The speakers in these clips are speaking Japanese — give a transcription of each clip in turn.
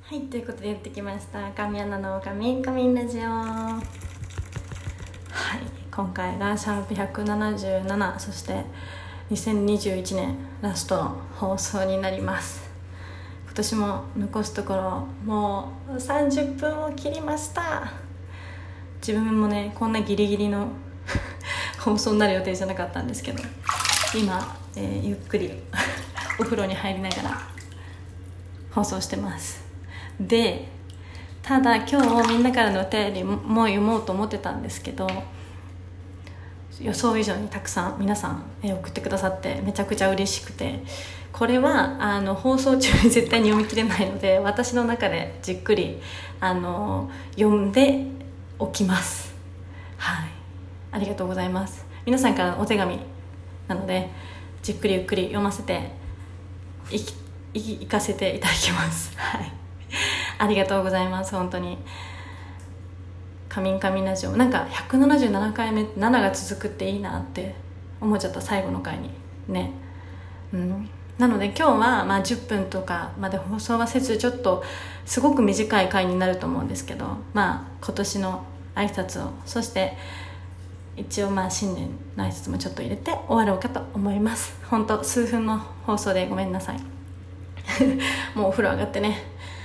はい、ということでやってきました神アナのカミンラジオ。はい、今回がシャープ177、そして2021年ラストの放送になります。今年も残すところもう30分を切りました。自分もね、こんなギリギリの放送になる予定じゃなかったんですけど、今、ゆっくりお風呂に入りながら放送してます。で、ただ今日みんなからのお便りも読もうと思ってたんですけど、予想以上にたくさん皆さん送ってくださってめちゃくちゃ嬉しくて、これは放送中に絶対に読み切れないので、私の中でじっくり読んでおきます。はい、ありがとうございます。皆さんからのお手紙なので、じっくりゆっくり読ませていかせていただきます。はい、ありがとうございます。本当にカミンラジオ、なんか177回目7が続くっていいなって思っちゃった、最後の回にね。なので今日は10分とかまで放送はせず、ちょっとすごく短い回になると思うんですけど、今年の挨拶を、そして一応新年の挨拶もちょっと入れて終わろうかと思います。本当数分の放送でごめんなさいもうお風呂上がってね、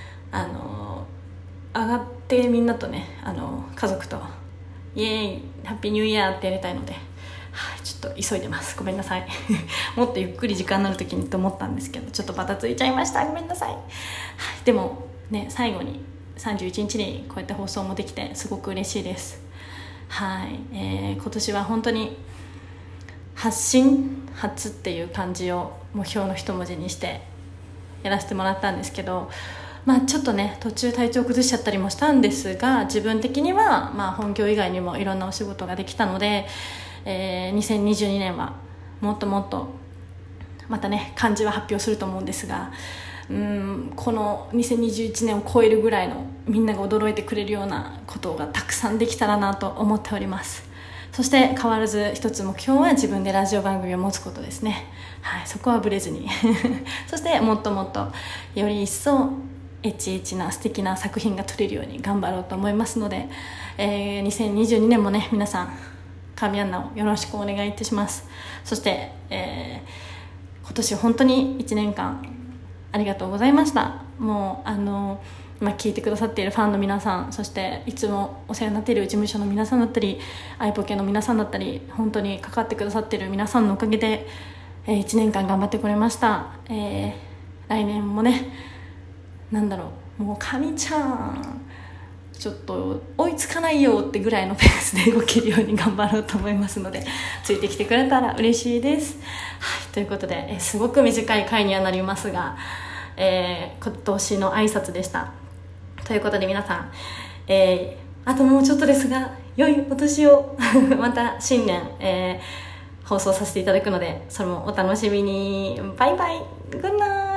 上がってみんなとね、家族とイエーイハッピーニューイヤーってやりたいので、ちょっと急いでます。ごめんなさいもっとゆっくり時間になる時にと思ったんですけど、ちょっとバタついちゃいました。ごめんなさい。でもね、最後に31日にこうやって放送もできてすごく嬉しいです。はい、今年は本当に初っていう漢字を目標の一文字にしてやらせてもらったんですけど、ちょっとね途中体調崩しちゃったりもしたんですが、自分的には本業以外にもいろんなお仕事ができたので、2022年はもっともっとまたね漢字は発表すると思うんですが、この2021年を超えるぐらいのみんなが驚いてくれるようなことがたくさんできたらなと思っております。そして変わらず一つ目標は自分でラジオ番組を持つことですね。はい、そこはブレずにそしてもっともっとより一層エッチな素敵な作品が撮れるように頑張ろうと思いますので、2022年もね皆さん神アンナをよろしくお願いいたします。そして、今年本当に1年間ありがとうございました。もう聞いてくださっているファンの皆さん、そしていつもお世話になっている事務所の皆さんだったり、アイポケの皆さんだったり、本当に関わってくださっている皆さんのおかげで、1年間頑張ってこれました。来年もね、もう神ちゃんちょっと追いつかないよってぐらいのペースで動けるように頑張ろうと思いますので、ついてきてくれたら嬉しいです。はい、ということで、すごく短い回にはなりますが、今年の挨拶でした。ということで皆さん、あともうちょっとですが良いお年をまた新年、放送させていただくので、それもお楽しみに。バイバイ、グッナイ。